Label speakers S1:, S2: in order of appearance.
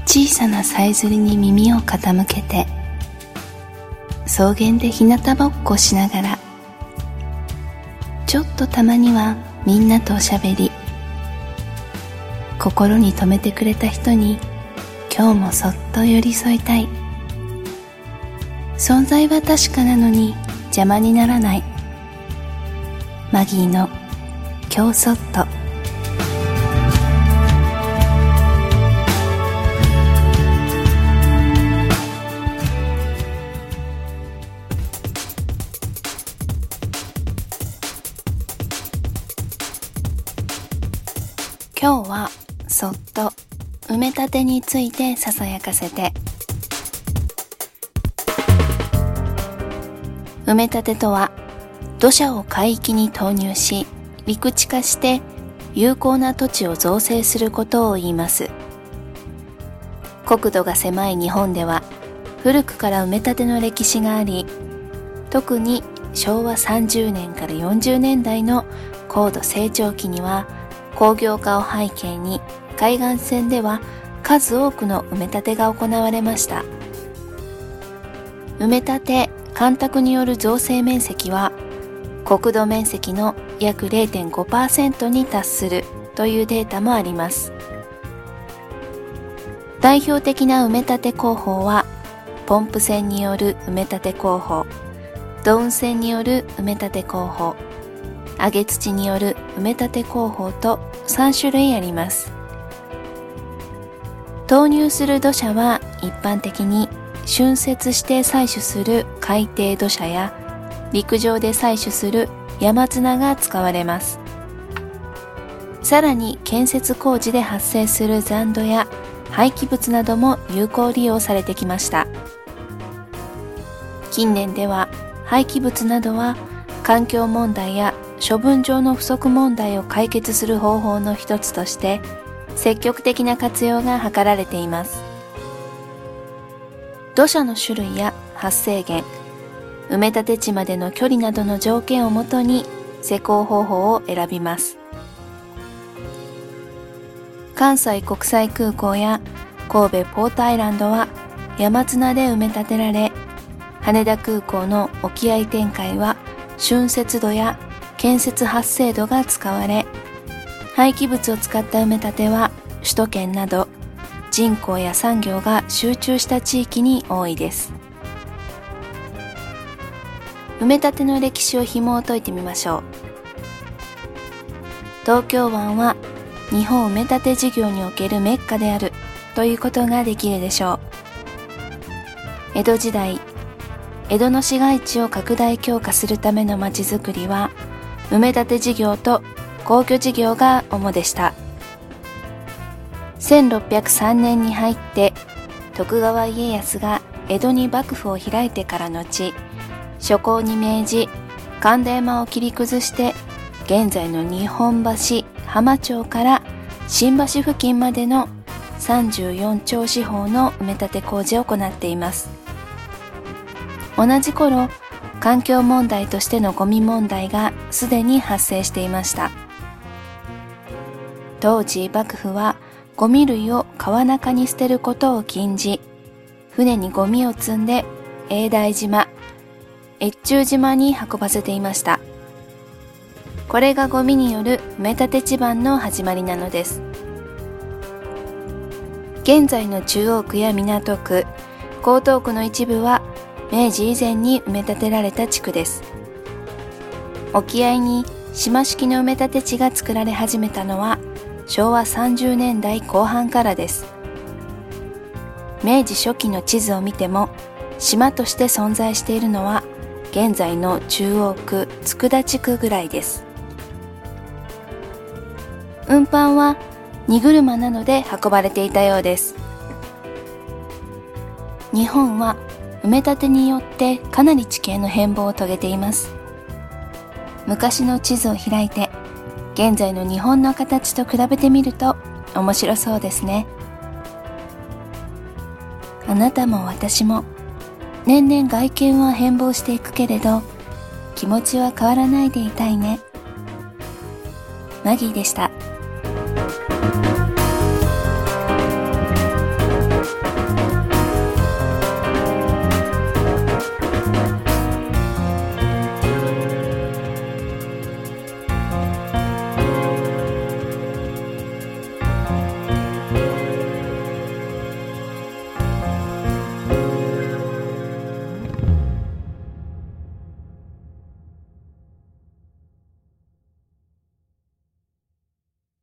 S1: 小さなさえずりに耳を傾けて、草原で日向ぼっこしながら、ちょっとたまにはみんなとおしゃべり、心に留めてくれた人に今日もそっと寄り添いたい。存在は確かなのに邪魔にならない。マギーの今日そっと。今日はそっと埋め立てについてささやかせて。埋め立てとは、土砂を海域に投入し陸地化して有効な土地を造成することを言います。国土が狭い日本では古くから埋め立ての歴史があり、特に昭和30年から40年代の高度成長期には工業化を背景に海岸線では数多くの埋め立てが行われました。埋め立て・干拓による造成面積は国土面積の約 0.5% に達するというデータもあります。代表的な埋め立て工法はポンプ船による埋め立て工法、ドウン船による埋め立て工法、揚げ土による埋め立て工法と3種類あります。投入する土砂は一般的に浚渫して採取する海底土砂や陸上で採取する山砂が使われます。さらに建設工事で発生する残土や廃棄物なども有効利用されてきました。近年では廃棄物などは環境問題や処分場の不足問題を解決する方法の一つとして積極的な活用が図られています。土砂の種類や発生源、埋め立て地までの距離などの条件をもとに施工方法を選びます。関西国際空港や神戸ポートアイランドは山砂で埋め立てられ、羽田空港の沖合展開は浚渫土や建設発生土が使われ、廃棄物を使った埋め立ては首都圏など人口や産業が集中した地域に多いです。埋め立ての歴史を紐解いてみましょう。東京湾は日本埋め立て事業におけるメッカであるということができるでしょう。江戸時代、江戸の市街地を拡大強化するためのまちづくりは埋め立て事業と公共事業が主でした。1603年に入って徳川家康が江戸に幕府を開いてからのち、諸侯に命じ神田山を切り崩して現在の日本橋浜町から新橋付近までの34町四方の埋め立て工事を行っています。同じ頃、環境問題としてのゴミ問題がすでに発生していました。当時幕府はゴミ類を川中に捨てることを禁じ、船にゴミを積んで永代島、越中島に運ばせていました。これがゴミによる埋め立て地盤の始まりなのです。現在の中央区や港区、江東区の一部は明治以前に埋め立てられた地区です。沖合に島式の埋め立て地が作られ始めたのは昭和30年代後半からです。明治初期の地図を見ても島として存在しているのは現在の中央区佃地区ぐらいです。運搬は荷車などで運ばれていたようです。日本は埋め立てによってかなり地形の変貌を遂げています。昔の地図を開いて現在の日本の形と比べてみると面白そうですね。あなたも私も年々外見は変貌していくけれど気持ちは変わらないでいたいね。マギーでした。